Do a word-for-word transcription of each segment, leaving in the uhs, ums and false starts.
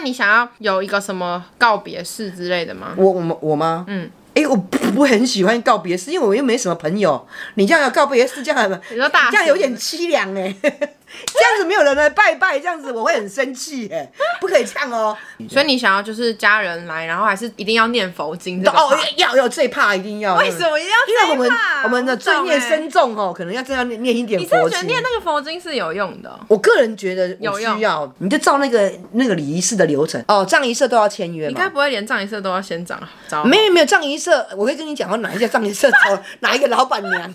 你想要有一个什么告别式之类的吗？ 我我我吗？ 嗯。 哎、欸，我不很喜欢告别式，因为我又没什么朋友。你这样有告别式，这样你说大， 这样有点凄凉哎。这样子没有人来拜拜，这样子我会很生气哎，不可以这样哦。 所以你想要就是家人来，然后还是一定要念佛经这个？ 哦，要要这一趴一定要。 为什么一定要这一趴？ 因为我们我们的罪孽深重哦，可能要这样念一点佛经。 你真的觉得念那个佛经是有用的？ 我个人觉得有需要，你就照那个那个礼仪式的流程哦，葬仪社都要签约嘛。 你该不会连葬仪社都要先找找？ 没有没有，葬仪社我会跟你讲，我哪一家葬仪社找哪一个老板娘。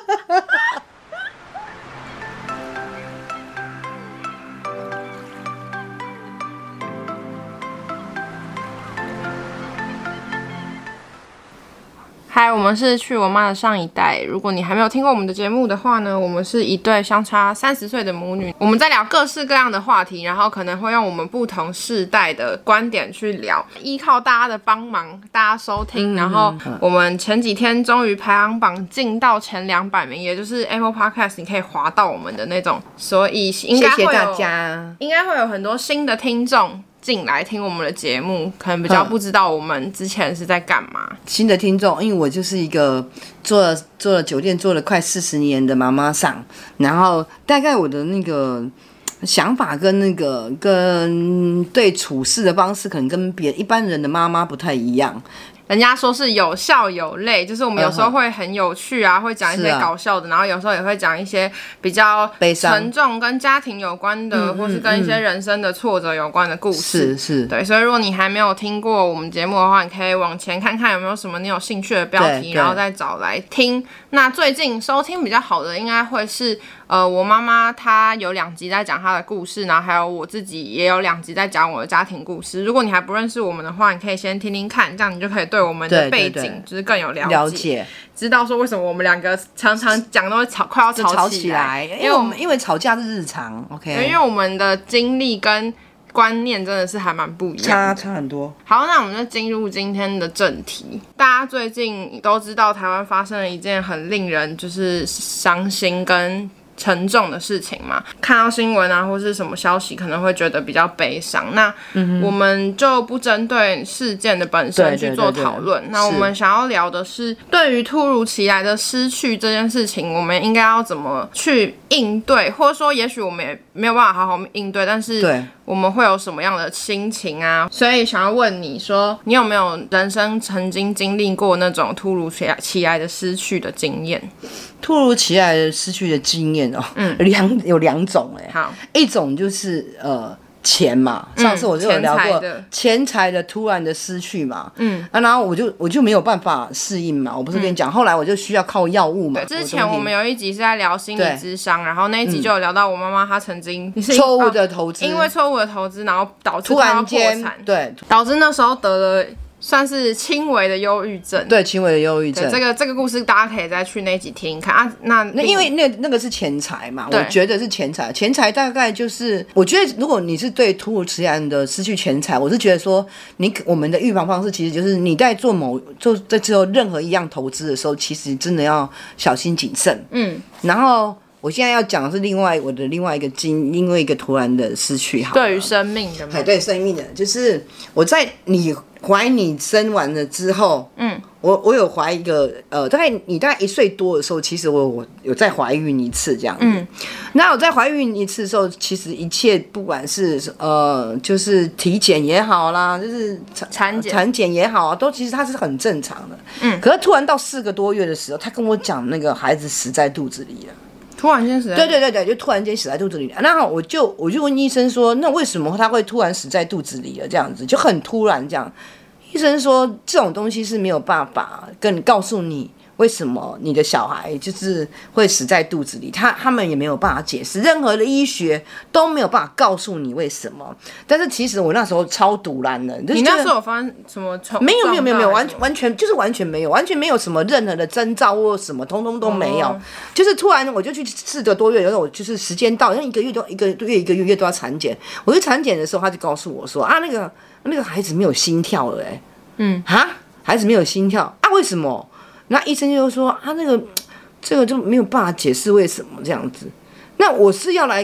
嗨，我们是去我妈的上一代。如果你还没有听过我们的节目的话呢，我们是一对相差三十岁的母女，我们在聊各式各样的话题，然后可能会用我们不同世代的观点去聊，依靠大家的帮忙，大家收听，嗯、然后我们前几天终于排行榜进到前两百名，也就是 Apple Podcast 你可以滑到我们的那种，所以应该会有谢谢大家， 应该会有很多新的听众进来听我们的节目，可能比较不知道我们之前是在干嘛。 新的听众，因为我就是一个做了做了酒店做了快四十年的妈妈桑，然后大概我的那个想法跟那个跟对处事的方式，可能跟别一般人的妈妈不太一样。 人家说是有笑有泪，就是我们有时候会很有趣啊，会讲一些搞笑的，然后有时候也会讲一些比较沉重跟家庭有关的，嗯、或是跟一些人生的挫折有关的故事。 是是， 对，所以如果你还没有听过我们节目的话，你可以往前看看有没有什么你有兴趣的标题，然后再找来听。那最近收听比较好的，应该会是呃，我妈妈她有两集在讲她的故事，然后还有我自己也有两集在讲我的家庭故事。如果你还不认识我们的话，你可以先听听看，这样你就可以对我们的背景就是更有了解， 了解知道说为什么我们两个常常讲都会吵，快要吵起来， 因为我们因为吵架是日常 ，OK， 因为我们的经历跟观念真的是还蛮不一样的， 差差很多。 好，那我们就进入今天的正题。大家最近都知道台湾发生了一件很令人就是伤心跟沉重的事情嘛，看到新闻啊或是什么消息可能会觉得比较悲伤，那我们就不针对事件的本身去做讨论。那我们想要聊的是对于突如其来的失去这件事情，我们应该要怎么去应对，或者说也许我们也没有办法好好应对，但是我们会有什么样的心情啊？所以想要问你说，你有没有人生曾经经历过那种突如其来的失去的经验？ 突如其来的失去的经验哦，嗯，两有两种哎， 好， 一种就是呃钱嘛，上次我就有聊过钱财的突然的失去嘛，嗯，啊，然后我就我就没有办法适应嘛，我不是跟你讲，嗯、后来我就需要靠药物嘛。 之前我们有一集是在聊心理諮商，然后那一集就有聊到我妈妈她曾经错误的投资， 因为错误的投资，然后导致突然间破产， 对， 导致那时候得了。算是轻微的忧郁症， 对，轻微的忧郁症。 这个这个故事大家可以再去那集听看啊。那那因为那那个是钱财嘛，我觉得是钱财。钱财大概就是，我觉得如果你是对突如其来的失去钱财，我是觉得说，你我们的预防方式其实就是你在做某做在做任何一样投资的时候，其实真的要小心谨慎。嗯，然后。我现在要讲的是另外我的另外一个经，因为一个突然的失去，好， 对于生命的吗？ 对生命的，就是我在你怀你生完了之后，嗯，我我有怀一个，呃，大概你大概一岁多的时候，其实我我有再怀孕一次这样子，嗯，那我在怀孕一次的时候，其实一切不管是呃，就是体检也好啦，就是产检产检也好，都其实它是很正常的，嗯，可是突然到四个多月的时候，他跟我讲那个孩子死在肚子里了。 突然间死在对对对对，就突然间死在肚子里。那我就我就问医生说，那为什么他会突然死在肚子里了？这样子就很突然这样。医生说这种东西是没有办法跟你告诉你为什么你的小孩就是会死在肚子里，他他们也没有办法解释，任何的医学都没有办法告诉你为什么。但是其实我那时候超堵然的， 你那时候有发生什么？ 没有没有没有没有，完完全就是完全没有，完全没有什么任何的征兆或什么，通通都没有。哦、就是突然我就去四个多月，然后我就是时间到，像一个月都一个月一个月都要产检。我去产检的时候，他就告诉我说啊，那个那个孩子没有心跳了、欸，哎，嗯，啊，孩子没有心跳啊，为什么？那医生就说啊，那个这个就没有办法解释为什么这样子。那我是要来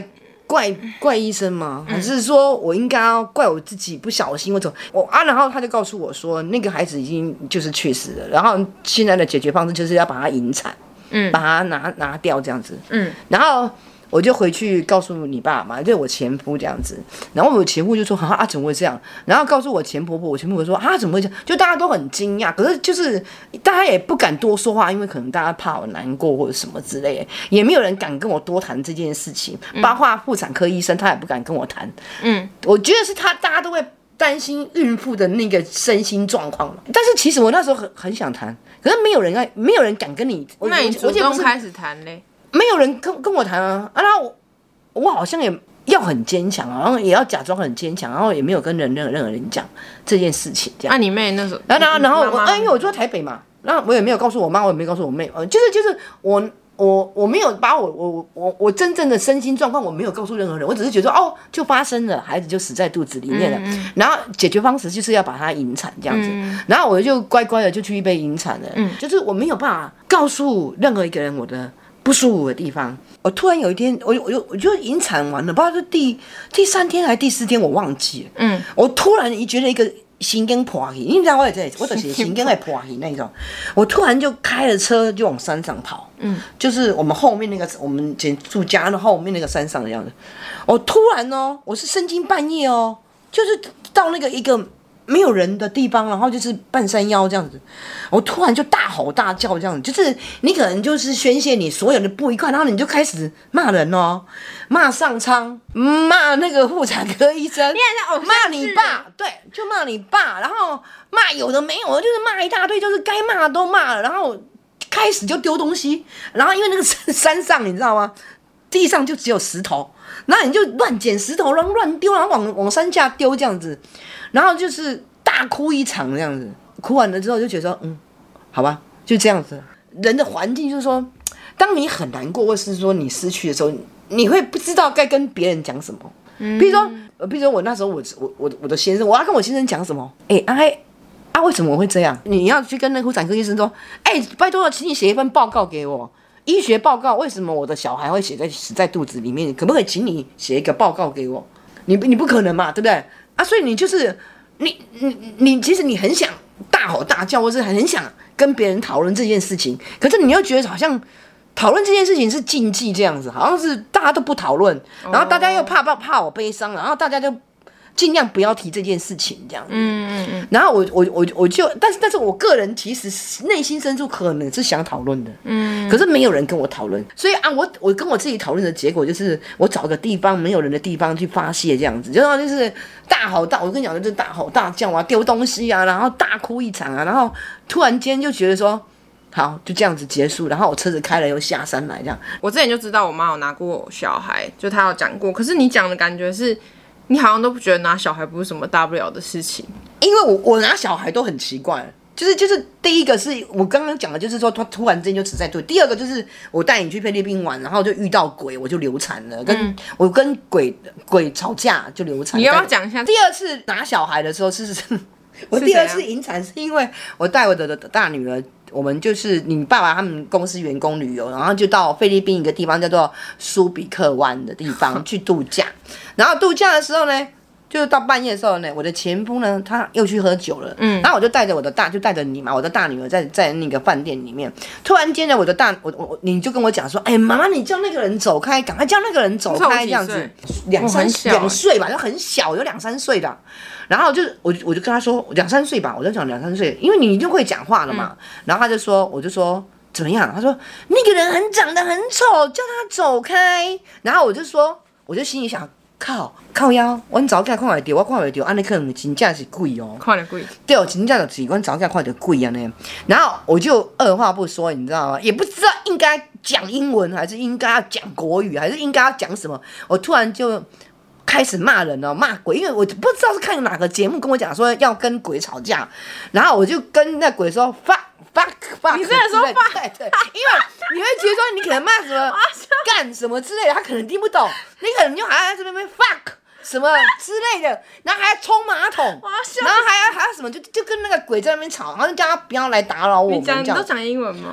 怪怪医生吗？还是说我应该要怪我自己不小心？我怎么我啊？然后他就告诉我说，那个孩子已经就是去世了，然后现在的解决方式就是要把他引产，嗯，把他拿拿掉这样子，嗯，然后我就回去告诉你爸嘛，就是我前夫这样子，然后我前夫就说啊啊怎么会这样？然后告诉我前婆婆，我前婆婆说啊怎么会这样？就大家都很惊讶，可是就是大家也不敢多说话，因为可能大家怕我难过或者什么之类的，也没有人敢跟我多谈这件事情，包括妇产科医生他也不敢跟我谈。嗯，我觉得是他大家都会担心孕妇的那个身心状况，但是其实我那时候很很想谈，可是没有人爱，没有人敢跟你。 那你主动开始谈嘞？ 没有人跟跟我谈啊，啊，然后我我好像也要很坚强，然后也要假装很坚强，然后也没有跟人任何任何人讲这件事情，这样。 那、啊、你妹那时候， 然后然后然后我，啊，因为我住在台北嘛，然后我也没有告诉我妈，我也没有告诉我妹，呃，就是就是我我我没有把我我我我真正的身心状况我没有告诉任何人，我只是觉得哦，就发生了，孩子就死在肚子里面了，嗯、然后解决方式就是要把它引产这样子，嗯、然后我就乖乖的就去被引产了，嗯、就是我没有办法告诉任何一个人我的不舒服的地方。我突然有一天，我我就我就引产完了，不知道是第第三天还是第四天，我忘记了。嗯，我突然觉得一个心肝破去，你知道我也在，我就是心肝会破去那种。我突然就开了车就往山上跑，嗯，就是我们后面那个我们以前住家的后面那个山上的样子。我突然哦，我是深更半夜哦，就是到那个一个没有人的地方，然后就是半山腰这样子，我突然就大吼大叫这样子，就是你可能就是宣泄你所有的不愉快，然后你就开始骂人哦，骂上苍，骂那个妇产科医生，骂你爸，对，就骂你爸，然后骂有的没有的，就是骂一大堆，就是该骂的都骂了，然后开始就丢东西，然后因为那个山上你知道吗，地上就只有石头，然后你就乱捡石头，乱乱丢，然后往往山下丢这样子。然后就是大哭一场这样子，哭完了之后就觉得说，嗯，好吧，就这样子。人的环境就是说，当你很难过，或是说你失去的时候，你会不知道该跟别人讲什么。嗯，比如说，比如说我那时候我我我我的先生，我要跟我先生讲什么？哎，啊啊，为什么我会这样？你要去跟那妇产科医生说，哎，拜托，请你写一份报告给我，医学报告，为什么我的小孩会写在死在肚子里面？可不可以请你写一个报告给我？你你不可能嘛，对不对？啊，所以你就是你你你，其实你很想大吼大叫，或是很想跟别人讨论这件事情，可是你又觉得好像讨论这件事情是禁忌这样子，好像是大家都不讨论，然后大家又怕怕怕我悲伤，然后大家就尽量不要提这件事情这样子。嗯嗯嗯。然后我我我我就，但是但是我个人其实内心深处可能是想讨论的，嗯，可是没有人跟我讨论，所以啊，我我跟我自己讨论的结果就是我找个地方没有人的地方去发泄这样子，然后就是大吼大，我跟你讲的就是大吼大叫啊，丢东西啊，然后大哭一场啊，然后突然间就觉得说。好，就这样子结束，然后我车子开了又下山来，这样。 我之前就知道我妈有拿过小孩，就她有讲过，可是你讲的感觉是，你好像都不觉得拿小孩不是什么大不了的事情， 因为我我拿小孩都很奇怪，就是就是第一个是我刚刚讲的，就是说他突然之间就死在肚，第二个就是我带你去菲律宾玩，然后就遇到鬼，我就流产了，跟、嗯、我跟鬼鬼吵架就流产。 你要不要讲一下？ 第二次拿小孩的时候是是，我第二次引产是因为我带我的的大女儿。我们就是你爸爸他们公司员工旅游，然后就到菲律宾一个地方叫做苏比克湾的地方去度假。然后度假的时候呢，就是到半夜的时候呢，我的前夫呢他又去喝酒了，嗯，然后我就带着我的大，就带着你嘛，我的大女儿在在那个饭店里面。突然间呢，我的大我我你就跟我讲说，哎、欸，妈妈，你叫那个人走开，赶快叫那个人走开，这样子，两三两岁吧，就很小，有两三岁的。然后就我我就跟他说两三岁吧，我就讲两三岁，因为你就会讲话了嘛。嗯、然后他就说，我就说怎么样？他说那个人很长得很丑，叫他走开。然后我就说，我就心里想，靠靠腰，我早起看袂到，我看袂到，安尼可能真正是鬼哦， 看得鬼。 对，真正就是我早起看到鬼啊呢。然后我就二话不说，你知道吗？也不知道应该讲英文，还是应该要讲国语，还是应该要讲什么。我突然就。开始骂人了，骂鬼，因为我不知道是看哪个节目跟我讲说要跟鬼吵架，然后我就跟那鬼说 fuck fuck fuck， 你真的说 fuck， 对对，因为你会觉得说你可能骂什么干什么之类的，他可能听不懂，你可能就还在这边边 fuck 什么之类的，然后还要冲马桶，然后还要还要什么，就就跟那个鬼在那边吵，然后就叫他不要来打扰我们。 你讲你都讲英文吗？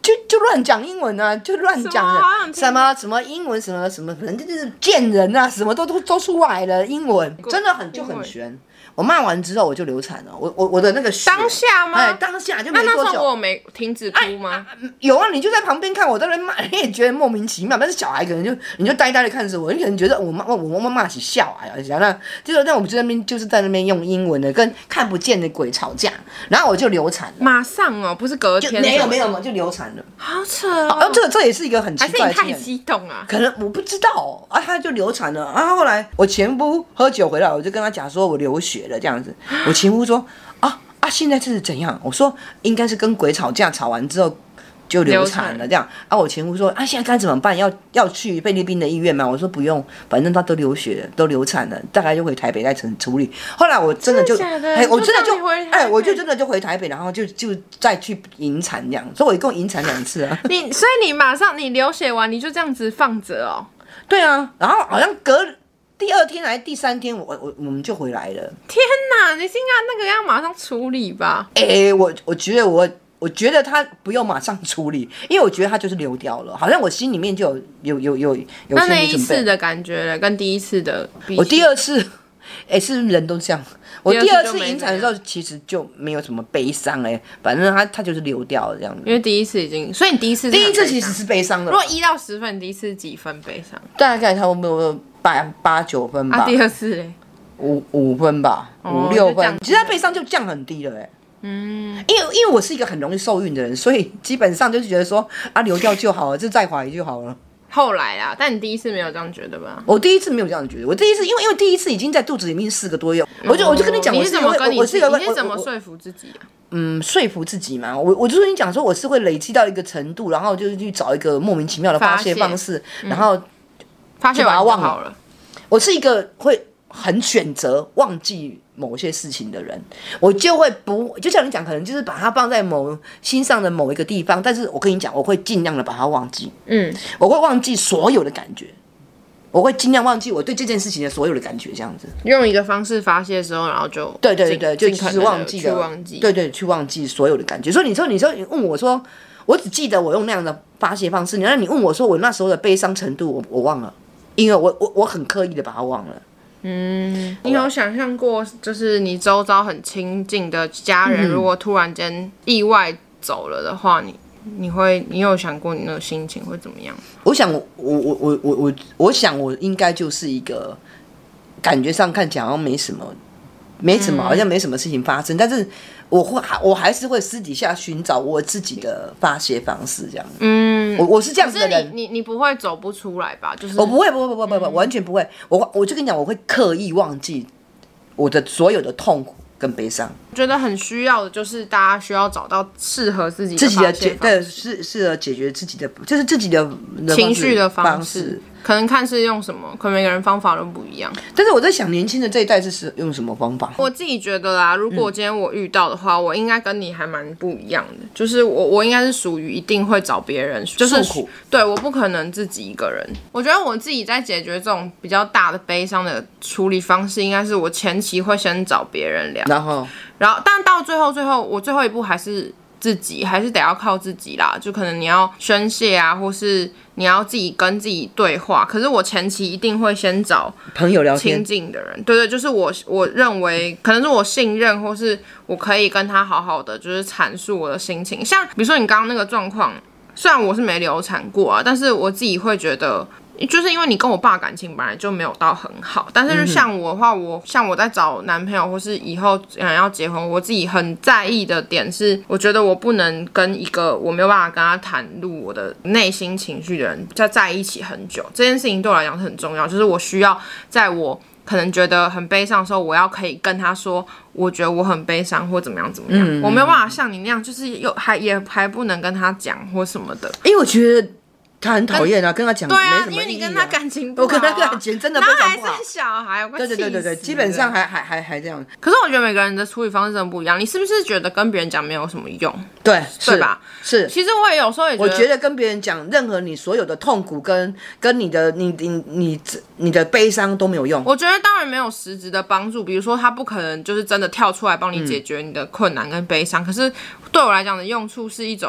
就就乱讲英文啊，就乱讲的什什么什么英文什么什么，反正就是贱人啊，什么都都都出来了，英文真的很就很悬。我骂完之后我就流产了，我我我的那个血当下吗？ 哎，当下就没多久。 那那时候我没停止哭吗？ 啊啊有啊，你就在旁边看我在那边骂，你也觉得莫名其妙。但是小孩可能就你就呆呆的看着我，你可能觉得我妈我我妈骂起笑来了，想那就是那我们就在那边就是在那边用英文的跟看不见的鬼吵架，然后我就流产了。 马上哦，不是隔天？ 没有没有就流产了。 好扯哦！ 啊，这个这也是一个很奇怪的经验。 还是你太激动啊？ 可能我不知道、哦、啊，他就流产了啊。后来我前夫喝酒回来，我就跟他讲说我流血了这样子。我前夫说啊啊，现在这是怎样？我说应该是跟鬼吵架，吵完之后就流产了这样。啊，我前夫说啊，现在该怎么办？要要去菲律宾的医院吗？我说不用，反正他都流血了，都流产了，大概就回台北再处理。后来我真的就，哎，我真的就，哎，我就真的就回台北，然后就就再去引产这样。所以我一共引产两次啊。 你所以你马上你流血完，你就这样子放着哦？ 对啊，然后好像隔。第二天还是第三天，我我我们就回来了。 天哪，你应该那个要马上处理吧？ 哎、欸，我我觉得我我觉得他不用马上处理，因为我觉得他就是流掉了，好像我心里面就有有有有有那那心理准备。 一次的感觉跟第一次的比起， 我第二次，哎、欸，是人都这样。我第二次引产的时候，其实就没有什么悲伤哎、欸，反正他他就是流掉了这样子。 因为第一次已经，所以你第一次第一次其实是悲伤的。 如果一到十分，你第一次几分悲伤？ 大概差不多八八九分吧。 啊，第二次嘞？ 五五分吧， 哦、 五六分。其实他悲伤就降很低了哎、欸。 嗯， 因为因为我是一个很容易受孕的人，所以基本上就是觉得说啊流掉就好了，就再怀就好了。 后来啊，但你第一次没有这样觉得吧？ 我第一次没有这样觉得，我第一次因为因为第一次已经在肚子里面四个多月，哦、我就我就跟你讲， 你是怎么跟你我是一个你是怎么说服自己啊？ 嗯，说服自己嘛，我我就跟你讲说，我是会累积到一个程度，然后就是去找一个莫名其妙的发泄方式， 嗯、 然后发泄完就忘好了。 我是一个会很选择忘记某些事情的人，我就会不就像你讲，可能就是把它放在某心上的某一个地方，但是我跟你讲，我会尽量的把它忘记，嗯，我会忘记所有的感觉，我会尽量忘记我对这件事情的所有的感觉，这样子用一个方式发泄的时候，然后就对对对，就其实忘记了，忘记对对，去忘记所有的感觉。所以你说你说你问我说，我只记得我用那样的发泄方式，那你问我说我那时候的悲伤程度，我我忘了，因为我我我很刻意的把它忘了。 嗯，你有想象过，就是你周遭很亲近的家人，嗯、如果突然间意外走了的话，你你会，你有想过你那个心情会怎么样？ 我想我，我我我我我我想我应该就是一个感觉上看起来好像没什么，没什么，好像没什么事情发生，嗯、但是我会我还是会私底下寻找我自己的发泄方式，这样。嗯，我我是这样子的人。 可是你你你不会走不出来吧？就是我不会，不会，不会，不会，不会，完全不会。我我就跟你讲，我会刻意忘记我的所有的痛苦跟悲伤。 我觉得很需要的就是大家需要找到适合自己的自己的解对适适合解决自己的就是自己的情绪的方式。可能看是用什么，可能每个人方法都不一样。 但是我在想，年轻的这一代是用什么方法？ 我自己觉得啦，如果今天我遇到的话，嗯、我应该跟你还蛮不一样的。就是我，我应该是属于一定会找别人，就是诉苦。 对，我不可能自己一个人。我觉得我自己在解决这种比较大的悲伤的处理方式，应该是我前期会先找别人聊， 然后， 然后，但到最后，最后我最后一步还是自己，还是得要靠自己啦。就可能你要宣泄啊，或是你要自己跟自己对话，可是我前期一定会先找朋友聊天， 亲近的人，对对，就是我我认为可能是我信任，或是我可以跟他好好的就是阐述我的心情。像比如说你刚刚那个状况，虽然我是没流产过啊，但是我自己会觉得。就是因为你跟我爸感情本来就没有到很好，但是像我的话，我像我在找男朋友或是以后想要结婚，我自己很在意的点是，我觉得我不能跟一个我没有办法跟他袒露我的内心情绪的人在在一起很久。这件事情对我来讲是很重要，就是我需要在我可能觉得很悲伤的时候，我要可以跟他说，我觉得我很悲伤或怎么样怎么样。嗯、我没有办法像你那样，就是又还也还不能跟他讲或什么的， 因为我觉得。他很讨厌啊，跟他讲没什么意义、啊。 对啊，因为你跟他感情不好、啊， 我跟他感情真的非常不好。 然后还是小孩，我快气死了。 对对对对对，基本上还还还还这样。 可是我觉得每个人的处理方式真的不一样。你是不是觉得跟别人讲没有什么用？ 对， 对吧？ 是。 其实我也有时候也觉得， 我觉得跟别人讲任何你所有的痛苦跟跟你的你你你你的悲伤都没有用。 我觉得当然没有实质的帮助，比如说他不可能就是真的跳出来帮你解决你的困难跟悲伤。嗯、可是对我来讲的用处是一种。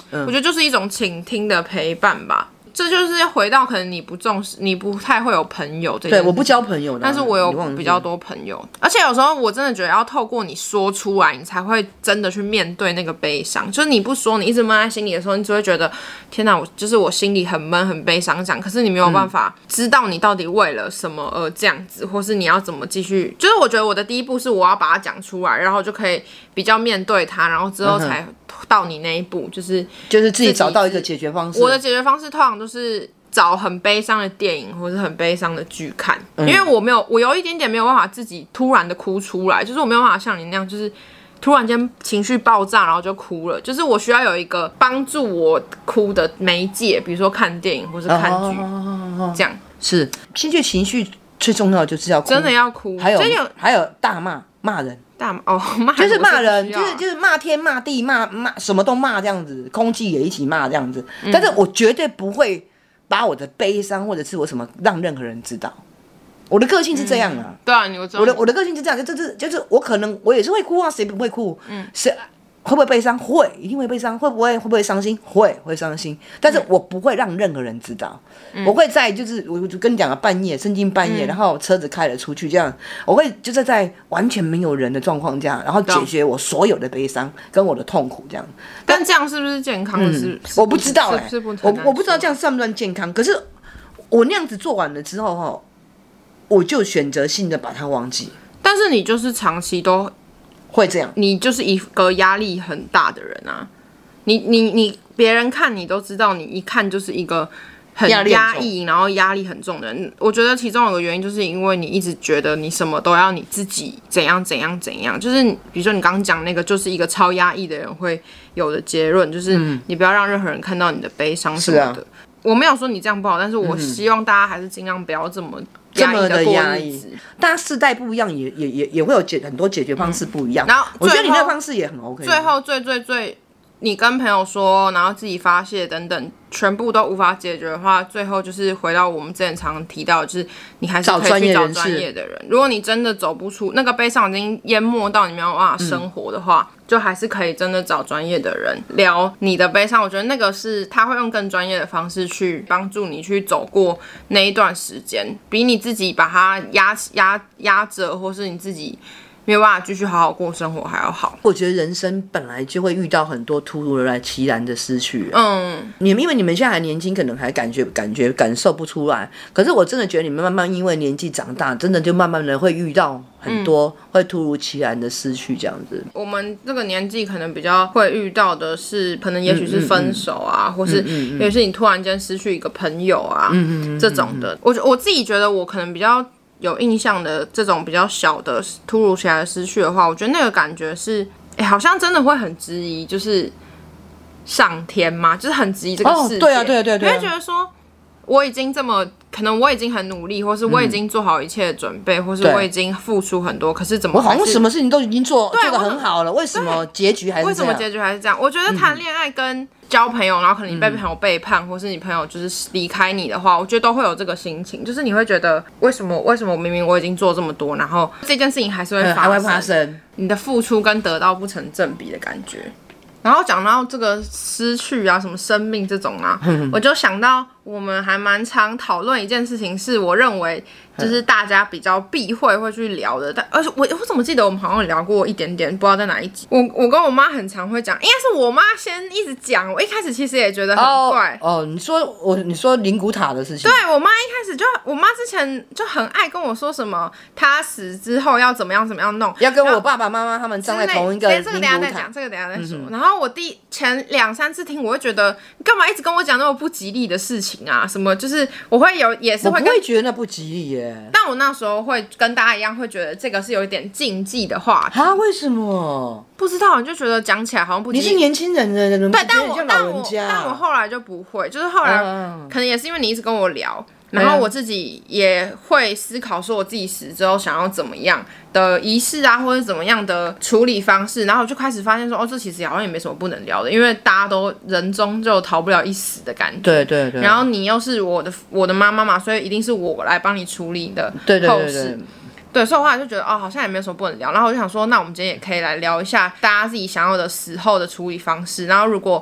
嗯、我觉得就是一种倾听的陪伴吧。这就是回到可能你不重视，你不太会有朋友这件事。 对，我不交朋友的、啊， 但是我有比较多朋友，而且有时候我真的觉得要透过你说出来，你才会真的去面对那个悲伤。就是你不说，你一直闷在心里的时候，你只会觉得天哪，我就是我心里很闷很悲伤这样。可是你没有办法知道你到底为了什么而这样子，或是你要怎么继续。就是我觉得我的第一步是我要把它讲出来，然后就可以比较面对它，然后之后才到你那一步，就是就是自己找到一个解决方式。 我的解决方式通常都是找很悲伤的电影或是很悲伤的剧看，因为我没有，我有一点点没有办法自己突然的哭出来，就是我没有办法像你那样，就是突然间情绪爆炸然后就哭了，就是我需要有一个帮助我哭的媒介，比如说看电影或是看剧，哦、这样是现在情绪最重要的就是要哭， 真的要哭， 还有还有大骂骂人。 大哦，骂就是骂人，就是就是骂天骂地骂骂什么都骂这样子，空气也一起骂这样子。嗯、但是我绝对不会把我的悲伤或者是我什么让任何人知道。我的个性是这样啊， 嗯、对啊，你我的我的个性是这样，就就是就是我可能我也是会哭啊，谁不会哭？嗯，谁会不会悲伤？会，一定会悲伤。会不会会不会伤心？会，会伤心。但是我不会让任何人知道。嗯、我会在就是我就跟你讲了，半夜深更半夜，嗯、然后车子开了出去，这样我会就是在完全没有人的状况下，然后解决我所有的悲伤跟我的痛苦这样。 但这样是不是健康的？是、嗯、 我不知道哎、 欸， 我我不知道这样算不算健康。可是我那样子做完了之后哈，我就选择性的把它忘记。 但是你就是长期都。 会这样， 你就是一个压力很大的人啊！你你你，别人看你都知道，你一看就是一个很压抑，然后压力很重的人。我觉得其中有个原因，就是因为你一直觉得你什么都要你自己怎样怎样怎样。就是比如说你刚刚讲那个，就是一个超压抑的人会有的结论，就是你不要让任何人看到你的悲伤什么的。嗯啊、我没有说你这样不好，但是我希望大家还是尽量不要这么。 这么的压抑，大家世代不一样，也也也也会有解很多解决方式不一样。嗯、 然后我觉得你那个方式也很 OK。 最后最最最，你跟朋友说，然后自己发泄等等，全部都无法解决的话，最后就是回到我们之前常提到的，就是你还是可以去找专业的人。如果你真的走不出那个悲伤，已经淹没到你没有办法生活的话。嗯就还是可以真的找专业的人聊你的悲伤，我觉得那个是他会用更专业的方式去帮助你去走过那一段时间，比你自己把它压压压着，或是你自己没有办法继续好好过生活还要好。 我觉得人生本来就会遇到很多突如而来、其然的失去。嗯，你们因为你们现在还年轻，可能还感觉、感觉、感受不出来。可是我真的觉得你们慢慢因为年纪长大，真的就慢慢的会遇到很多会突如其然的失去，这样子。 我们这个年纪可能比较会遇到的是，可能也许是分手啊，嗯嗯嗯、或是也许是你突然间失去一个朋友啊，嗯嗯嗯嗯、这种的。我我自己觉得我可能比较。有印象的这种比较小的突如其来的失去的话，我觉得那个感觉是，哎、欸，好像真的会很质疑，就是上天嘛，就是很质疑这个世界。 哦，对啊，对啊，对啊，对啊， 你会觉得说，我已经这么，可能我已经很努力，或是我已经做好一切的准备，嗯、或是我已经付出很多，可是怎么我好像什么事情都已经做做得很好了，为什么结局还是这样？ 为什么结局还是这样？我觉得谈恋爱跟交朋友，然后可能你被朋友背叛，嗯、或是你朋友就是离开你的话，我觉得都会有这个心情，就是你会觉得为什么为什么明明我已经做这么多，然后这件事情还是会发生， 还会发生， 你的付出跟得到不成正比的感觉。然后讲到这个失去啊，什么生命这种啊，我就想到我们还蛮常讨论一件事情，是我认为就是大家比较避讳会去聊的，但而且我我怎么记得我们好像有聊过一点点，不知道在哪一集。我我跟我妈很常会讲，应该是我妈先一直讲，我一开始其实也觉得很怪。 哦，哦你说我你说灵骨塔的事情， 对我妈一开始就，我妈之前就很爱跟我说什么，她死之后要怎么样怎么样弄， 要跟我爸爸妈妈他们站在同一个灵骨塔。 这个等一下再讲，这个等一下再说。嗯、然后我第前两三次听，我会觉得你干嘛一直跟我讲那么不吉利的事情啊？什么就是我会有也是会跟， 我不会觉得那不吉利耶。 但我那时候会跟大家一样，会觉得这个是有一点禁忌的话题。 啊？为什么？ 不知道，你就觉得讲起来好像不吉利。 你是年轻人的人， 对，但我但我但我后来就不会，就是后来、嗯、可能也是因为你一直跟我聊。然后我自己也会思考说，我自己死之后想要怎么样的仪式啊，或者怎么样的处理方式，然后我就开始发现说，哦，这其实好像也没什么不能聊的，因为大家都人终就逃不了一死的感觉。 对对对。 然后你又是我的我的妈妈嘛，所以一定是我来帮你处理你的后事。对对对对。对，所以我后来就觉得，哦，好像也没有什么不能聊。然后我就想说，那我们今天也可以来聊一下大家自己想要的死后的处理方式。然后如果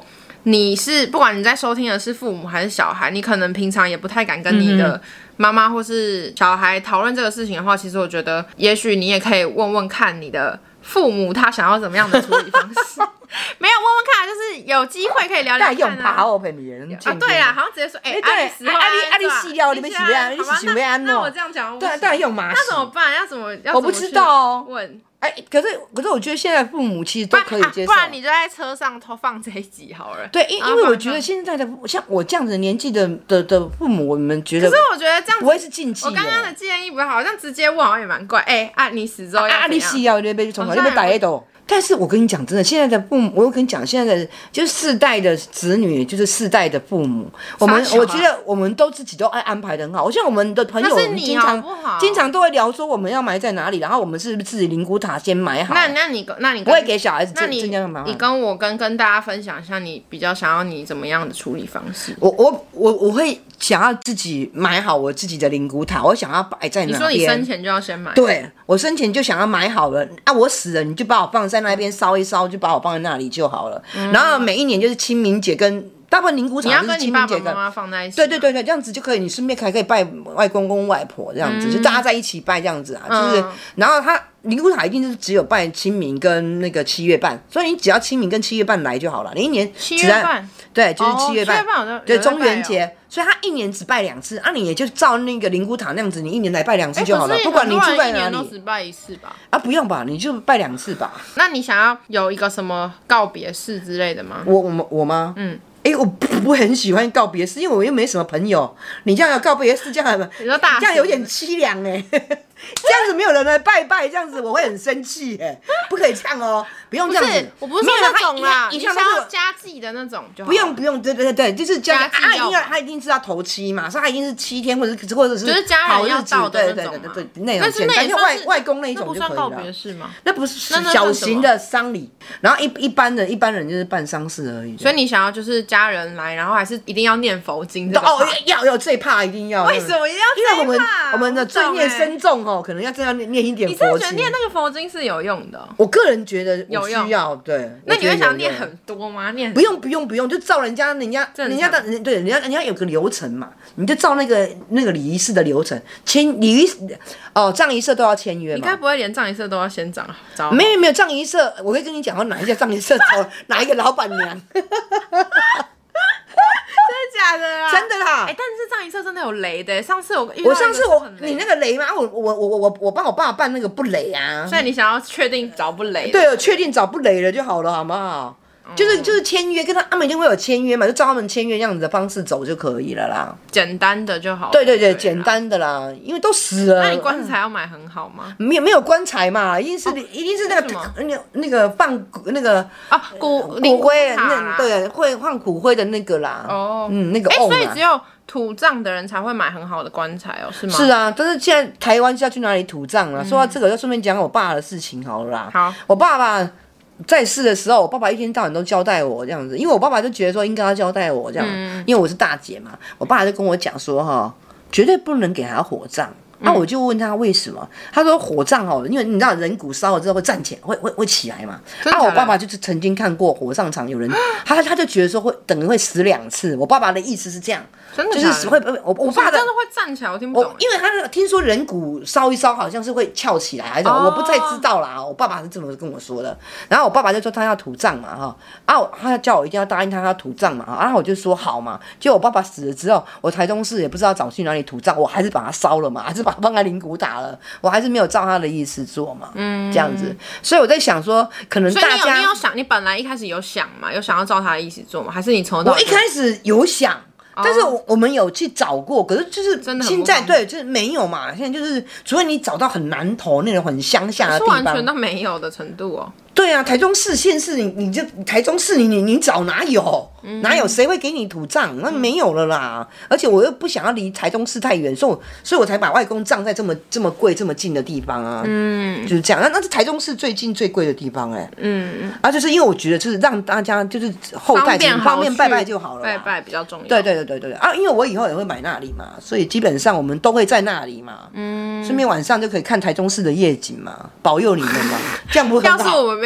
你是不管你在收听的是父母还是小孩，你可能平常也不太敢跟你的妈妈或是小孩讨论这个事情的话，其实我觉得也许你也可以问问看你的父母他想要怎么样的处理方式。没有问问看，就是有机会可以聊聊看、啊。 用爬我陪别人啊，对啦，好像直接说，哎、欸， 对， 啊你啊你啊你死掉，你们死掉，你是想要安那我这样讲， 对，当然用马。 那怎么办？要怎么？要我不知道哦。 问。 哎、欸，可是可是我觉得现在父母其实都可以接受， 不然、啊、不然你就在车上偷放这一集好了。 对，因因为我觉得现在的像我这样子年纪的的的父母，我们觉得， 可是我觉得这样子不会是禁忌。 我刚刚的建议不好，像直接问好像也蛮怪。哎、欸，啊，你死之后要怎样？ 啊，你死要你被从哪？你被打一斗。但是我跟你讲，真的，现在的父母，我跟你讲，现在的就是世代的子女，就是世代的父母，我们我觉得我们都自己都爱安排的很好。像我们的朋友，我们经常经常都会聊说我们要埋在哪里，然后我们是不是自己灵骨塔先埋好？ 那那你那你不会给小孩子那你你跟我跟跟大家分享一下，你比较想要你怎么样的处理方式？ 我我我我会想要自己买好我自己的灵骨塔，我想要摆在哪边？ 你说你生前就要先买？ 对，我生前就想要买好了啊，我死了你就把我放在那边烧一烧，就把我放在那里就好了。嗯、然后每一年就是清明节跟大部分灵骨塔就是清明节跟你要跟你爸爸妈妈放在一起。 对对对对，这样子就可以，你顺便还可以拜外公公外婆这样子，嗯、就大家在一起拜这样子啊，就是、嗯、然后他。灵骨塔一定是只有拜清明跟那个七月半，所以你只要清明跟七月半来就好了。你一年七月半， 对，就是七月半， 哦、 对中元节，所以他一年只拜两次啊。你也就照那个灵骨塔那样子，你一年来拜两次就好了，不管你住在哪里。 一年都只拜一次吧？ 啊，不用吧，你就拜两次吧。 那你想要有一个什么告别式之类的吗？ 我我我吗？嗯。哎、欸，我不不很喜欢告别式，因为我又没什么朋友。你这样有告别式，这样你说大， 这样有点凄凉哎。这样子没有人来拜拜，这样子我会很生气哎，不可以这样哦，不用这样子。 不是，我不是说那种啦，你想要家祭的那种就好。 不用不用，对对对，就是家祭。他一定要他一定是要头七嘛，所以他一定是七天或者是或者是就是家人要到的那种嘛。 对对对对，那种简单，就外外公那一种就可以了。 那不算告别式吗？ 那不是小型的丧礼，然后一一般的一般人就是办丧事而已。 所以你想要就是家人来，然后还是一定要念佛经这个？ 哦，要要最怕一定要。 为什么一定要？ 因为我们我们的罪孽深重哦，可能要这样念。念一点佛经， 你真的觉得念那个佛经是有用的？ 我个人觉得有需要，对。 那你会想念很多吗？念不用不用不用，就照人家人家人家的对人家人家有个流程嘛，你就照那个那个礼仪式的流程，签礼仪哦，葬仪社都要签约嘛。 你该不会连葬仪社都要先找找？ 没有没有，葬仪社我会跟你讲，我哪一家葬仪社找哪一个老板娘。 真的假的啊？ 真的啦！ 哎、欸，但是葬仪社真的有雷的。上次我我上次我你那个雷吗？我我我我我我帮我爸办那个不雷啊。 所以你想要确定找不雷？ 对，我确定找不雷了就好了，好不好？就是就是签约，跟他他们一定会有签约嘛，就照他们签约这样子的方式走就可以了啦。 简单的就好了。 对对对，简单的啦，因为都死了。 那你棺材要买很好吗？ 没有没有棺材嘛，一定是、哦、一定是那个那那个放那个啊骨骨灰，那对会放骨灰的那个啦。哦，嗯，那个瓮、啊。 所以只有土葬的人才会买很好的棺材哦，是吗？ 是啊，但是现在台湾是要去哪里土葬了、嗯？说到这个，就顺便讲我爸的事情好了啦。 好， 我爸爸。在世的时候，我爸爸一天到晚都交代我这样子，因为我爸爸就觉得说应该要交代我这样，嗯、因为我是大姐嘛，我爸爸就跟我讲说哈，绝对不能给他火葬。那、嗯啊、我就问他为什么，他说火葬哦，因为你知道人骨烧了之后会站起来，会会会起来嘛。那、啊、我爸爸就是曾经看过火葬场有人，他他就觉得说会等于会死两次。我爸爸的意思是这样， 真的就是会我我爸真的会站起来，我听不懂。 因为他听说人骨烧一烧好像是会翘起来，还是、哦、我不太知道啦。我爸爸是这么跟我说的。然后我爸爸就说他要土葬嘛哈，啊他叫我一定要答应他要土葬嘛，然后我就说好嘛。结果我爸爸死了之后，我台中市也不知道找去哪里土葬，我还是把它烧了嘛，还是把它放在灵骨塔了，我还是没有照他的意思做嘛，嗯，这样子。所以我在想说，可能大家所以你有你有想，你本来一开始有想嘛，有想要照他的意思做吗？还是你从头到尾我一开始有想。但是我我们有去找过，可是就是现在对，就是没有嘛。现在就是除非你找到很南投那种很乡下的地方， 是完全都没有的程度哦。 对啊，台中市县市你你就台中市你你你找哪有、嗯、哪有谁会给你土葬？那没有了啦。而且我又不想要离台中市太远，所以我所以我才把外公葬在这么这么贵这么近的地方啊。嗯，就是这样。那那是台中市最近最贵的地方哎、欸。嗯，啊，就是因为我觉得就是让大家就是后代方便拜拜就好了， 拜拜比较重要。 对对对对对啊，因为我以后也会买那里嘛，所以基本上我们都会在那里嘛。嗯，顺便晚上就可以看台中市的夜景嘛，保佑你们嘛，这样不很好？ 要是我们没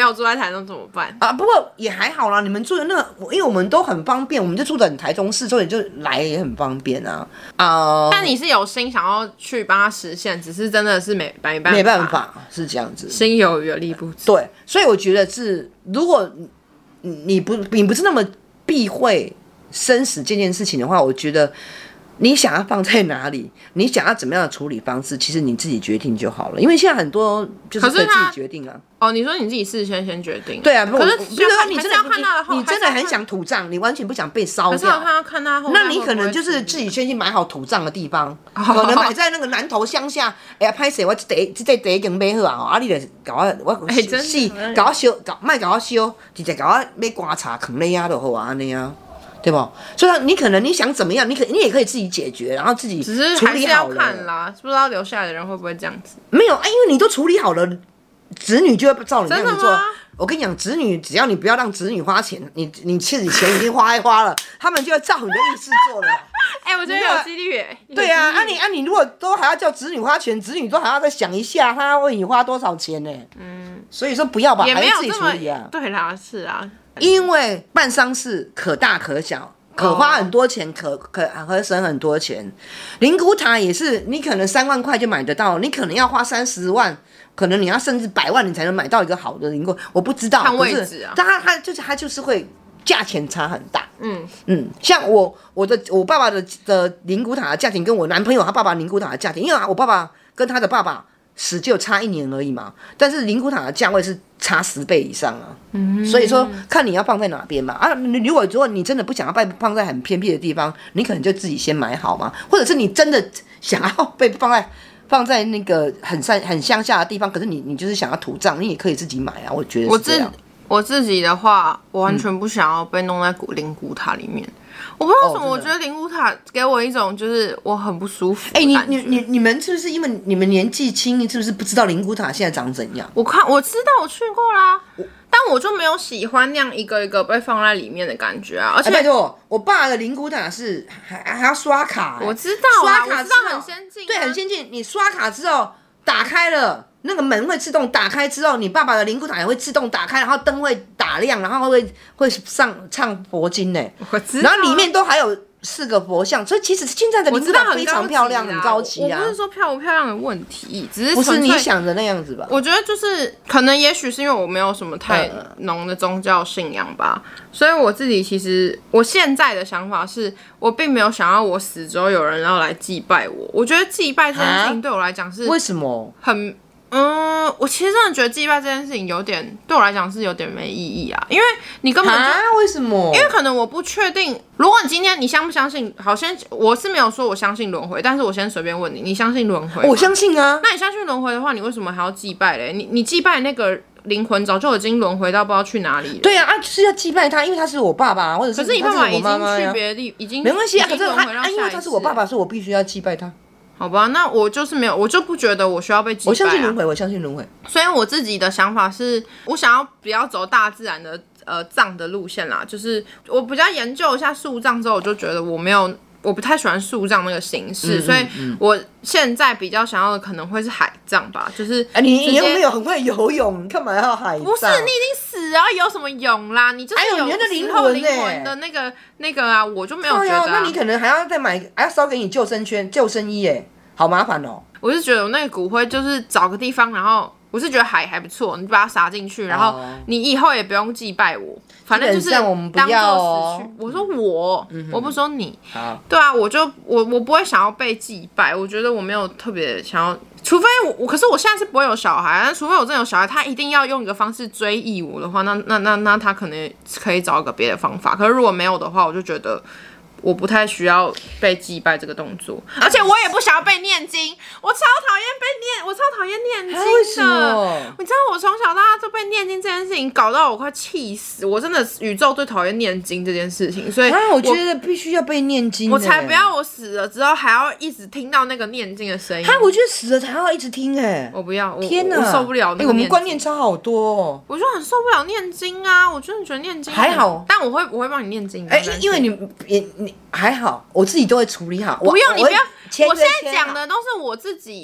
有住在台中怎么办啊？不过也还好啦，你们住的那个，因为我们都很方便，我们就住的很台中市，所以就来也很方便啊。啊、呃， 但你是有心想要去帮他实现，只是真的是没没办法， 没办法是这样子， 心有余而力不足。 对，所以我觉得是，如果你不你不是那么避讳生死这件事情的话，我觉得。你想要放在哪里？你想要怎么样的处理方式？其实你自己决定就好了，因为现在很多就是可以自己决定啊。 哦，你说你自己事先先决定？ 对啊， 可是比如说你真的要看他的后， 你真的很想土葬，你完全不想被烧掉。 可是他要看他后， 那你可能就是自己先去买好土葬的地方，可能买在那个南投乡下。哎呀，歹势，我这第这第一间买好啊，啊，你就搞我我死，搞我烧，搞卖搞我烧，直接搞我买棺材扛咧啊就好啊，安尼啊。对不？所以你可能你想怎么样，你可你也可以自己解决，然后自己处理好了。 只是还是要看啦，不知道留下来的人会不会这样子。 没有啊，因为你都处理好了，子女就会照你这样子做。 真的吗？ 我跟你讲，子女只要你不要让子女花钱，你你自己钱已经花一花了，他们就要照你的意思做了。 哎、欸，我觉得有几率哎。 对啊，啊你啊你如果都还要叫子女花钱，子女都还要再想一下，他为你花多少钱呢？嗯，所以说不要吧， 也没有还是自己处理啊。 对啦，是啊。 因为办丧事可大可小，可花很多钱，可可可省很多钱。灵骨塔也是，你可能三万块就买得到，你可能要花三十万，可能你要甚至百万，你才能买到一个好的灵骨。我不知道， 看位置啊， 但它它就是它就是会价钱差很大。嗯嗯，像我我的我爸爸的的灵骨塔的价钱跟我男朋友他爸爸灵骨塔的价钱，因为我爸爸跟他的爸爸死就差一年而已嘛，但是灵骨塔的价位是差十倍以上啊，嗯，所以说看你要放在哪边嘛啊，如果如果你真的不想要被放在很偏僻的地方，你可能就自己先买好嘛，或者是你真的想要被放在放在那个很山很乡下的地方，可是你你就是想要土葬，你也可以自己买啊，我觉得是这样。 我自己的话，我完全不想要被弄在灵骨塔里面。我不知道为什么，我觉得灵骨塔给我一种就是我很不舒服。 哎、欸，你你你你们是不是因为你们年纪轻，你是不是不知道灵骨塔现在长怎样？ 我看我知道，我去过啦，但我就没有喜欢那样一个一个被放在里面的感觉啊。而且、欸、 拜托，我爸的灵骨塔是还还要刷卡、欸， 我知道啊， 刷卡我知道很先进、啊， 对，很先进。你刷卡之后打开了。那个门会自动打开之后，你爸爸的灵骨塔也会自动打开，然后灯会打亮，然后会会上唱佛经呢。 我知道， 然后里面都还有四个佛像，所以其实现在的灵骨塔非常漂亮，很高级啊。 我不是说漂不漂亮的问题，只是不是你想的那样子吧？ 我觉得就是可能，也许是因为我没有什么太浓的宗教信仰吧，所以我自己其实我现在的想法是，我并没有想要我死之后有人要来祭拜我。我觉得祭拜这件事情对我来讲是为什么很。嗯，我其实真的觉得祭拜这件事情有点对我来讲是有点没意义啊，因为你根本就啊，为什么？ 因为可能我不确定，如果你今天你相不相信，好先我是没有说我相信轮回，但是我先随便问你，你相信轮回吗？ 我相信啊。 那你相信轮回的话，你为什么还要祭拜嘞？你你祭拜那个灵魂早就已经轮回到不知道去哪里了。 对啊，啊就是要祭拜他，因为他是我爸爸，或者是可是你爸爸已经去别的地，已经没关系啊。可是他、 啊， 因为他是我爸爸，所以我必须要祭拜他。 好吧，那我就是没有，我就不觉得我需要被祭拜、啊。 我相信轮回，我相信轮回。 所以我自己的想法是，我想要比较走大自然的呃葬的路线啦，就是我比较研究一下树葬之后，我就觉得我没有。我不太喜欢树葬那个形式，嗯、所以我现在比较想要的可能会是海葬吧，就是、 啊、你你又没有很会游泳，你干嘛要海葬？ 不是，你已经死了，有什么泳啦？你就是有灵魂灵魂的那个那个啊，我就没有觉得、啊。 那你可能还要再买，还要烧给你救生圈、救生衣耶，好麻烦哦。 我是觉得我那个骨灰就是找个地方，然后。我是觉得海还不错，你把它撒进去，然后你以后也不用祭拜我，反正就是当做死去。我说我，嗯、我不说你。对啊，我就我我不会想要被祭拜，我觉得我没有特别想要，除非我我可是我现在是不会有小孩，但除非我真的有小孩，他一定要用一个方式追忆我的话，那那那那他可能可以找一个别的方法。可是如果没有的话，我就觉得。我不太需要被祭拜这个动作，而且我也不想要被念经，我超讨厌被念，我超讨厌念经的。 为什么？ 你知道我从小到大都被念经这件事情搞到我快气死，我真的宇宙最讨厌念经这件事情，所以我,、啊、我觉得必须要被念经， 我才不要我死了之后还要一直听到那个念经的声音。 哈，我觉得死了才要一直听哎、欸， 我不要，我天哪， 我受不了那个念经、欸。 我们观念差好多、哦， 我就很受不了念经啊，我真的觉得念经还好， 但我会我会帮你念经， 哎、欸，因为你你你。还好，我自己都会处理好。 不用，你不要。 我我现在讲的都是我自己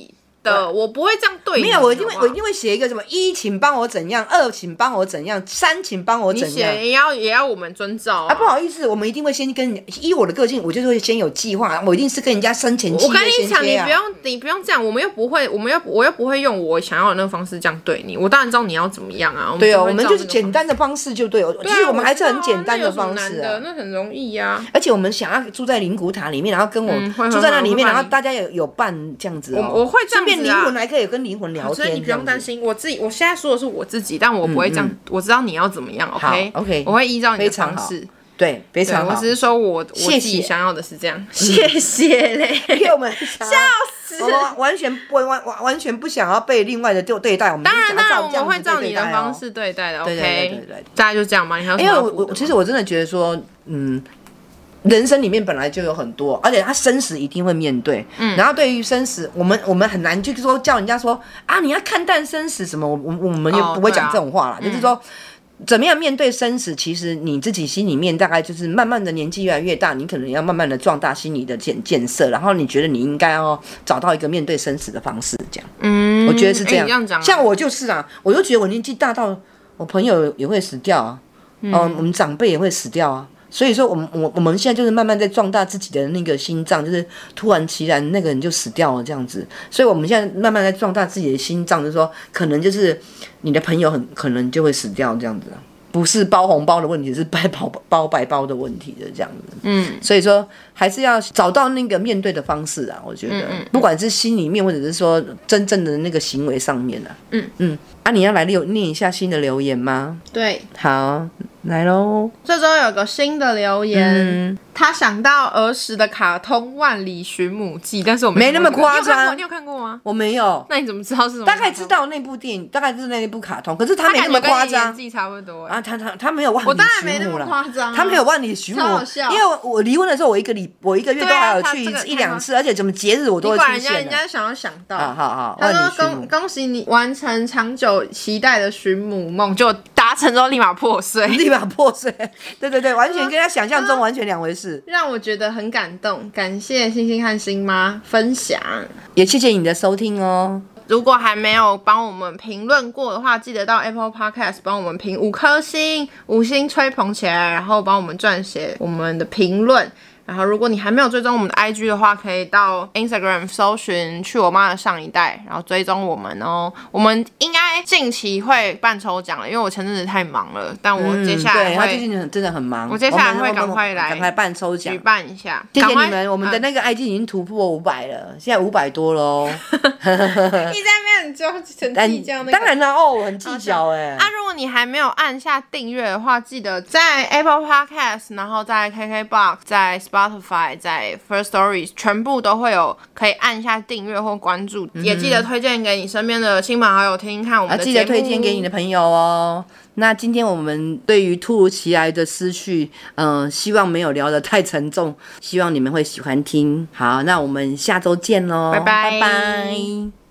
的，我不会这样对你。 没有，我一定会， 好不好我一定会写一个什么一，请帮我怎样；二，请帮我怎样；三，请帮我你怎样。 写也要也要我们遵照啊。 啊，不好意思，我们一定会先跟依我的个性，我就是会先有计划，我一定是跟人家生前契我跟约你讲， 先贴啊你不用你不用这样，我们又不会，我们又我又不会用我想要的那个方式这样对你。我当然知道你要怎么样啊。 对哦， 我我们就是简单的。 的方式就对了。 对啊， 其实我们还是很简单的方式啊。 那很容易啊。 而且我们想要住在灵骨塔里面，然后跟我嗯会住在那里面， 会会然后大家有有伴这样子哦。 我我会这样子啊顺便灵魂还可以跟灵魂聊天， 所以你不用担心，我自己我现在说的是我自己，但我不会这样。我知道你要怎么样 ，OK 好 OK， 我会依照你的非常好方式。 对，非常好。 我只是说我我自谢谢己想要的是这样。谢谢嘞， 因为我们笑死我们完全不完完完全不想要被另外的对对待，我们当然当然我就想要照这样子们会照你对待哦的方式对待的对对对 ，OK。 对对大概就这样吧。你还有什因为我么要补的吗？ 我其实我真的觉得说，嗯，人生里面本来就有很多，而且他生死一定会面对。嗯，然后对于生死，我们我们很难就是说叫人家说啊，你要看淡生死什么，我我我们就哦不会讲对啊这种话啦，就是说。怎么样面对生死？其实你自己心里面大概就是慢慢的年纪越来越大，你可能要慢慢的壮大心理的建建设，然后你觉得你应该要找到一个面对生死的方式，这样。 嗯， 我觉得是这样。 欸你这样讲啊像我就是啊，我就觉得我年纪大到，我朋友也会死掉啊，嗯、呃，我们长辈也会死掉啊。所以说我们我我们现在就是慢慢在壮大自己的那个心脏，就是突然其然那个人就死掉了这样子。所以我们现在慢慢在壮大自己的心脏，就是说可能就是你的朋友很可能就会死掉这样子。不是包红包的问题，是白包包白包的问题的这样子。嗯，所以说还是要找到那个面对的方式啊。我觉得，嗯嗯不管是心里面或者是说真正的那个行为上面啊。嗯嗯，啊，你要来留念一下新的留言吗？ 对， 好，来喽。 这周有个新的留言，嗯、他想到儿时的卡通《万里寻母记》，但是我没那么夸张。 你有看过吗？ 我没有。 那你怎么知道是什么？ 大概知道那部电影，大概就是那部卡通，可是他没那么夸张。 年纪差不多啊，他他他没有万里寻母，我当然没那么夸张、啊， 他没有万里寻母，因为我离婚的时候，我一个礼我一个月都还有去一、啊、一两次，而且怎么节日我都会出现。 人家人家想要想到， 好好好， 他说恭恭喜你完成长久期待的寻母梦，就达成之后立马破碎， 立马破碎。对对对，完全跟他想象中完全两回事， 让我觉得很感动。感谢星星和星妈分享， 也谢谢你的收听哦。 如果还没有帮我们评论过的话，记得到 Apple Podcast 帮我们评五颗星，五星吹捧起来，然后帮我们撰写我们的评论。然后，如果你还没有追踪我们的 I G 的话，可以到 Instagram 搜寻“去我妈的上一代”，然后追踪我们哦。我们应该近期会办抽奖了，因为我前阵子太忙了，但我接下来会、 嗯、对他最近真的很忙， 我接下来会赶快来赶快办抽奖， 举办一下。 谢谢你们，我们的那个 I G 已经突破五百了，现在五百多了哦。 你在那边很就很计较那个， 当然了哦，我很计较哎。 啊，如果你还没有按下订阅的话，记得在 Apple Podcast， 然后在 K K Box， 在 Spotify， 在 First Stories 全部都会有可以按下订阅或关注，嗯、也记得推荐给你身边的亲朋好友听听看我们的节目， 啊、记得推荐给你的朋友哦。那今天我们对于突如其来的思绪，嗯、呃，希望没有聊得太沉重，希望你们会喜欢听。好，那我们下周见喽， 拜拜拜拜。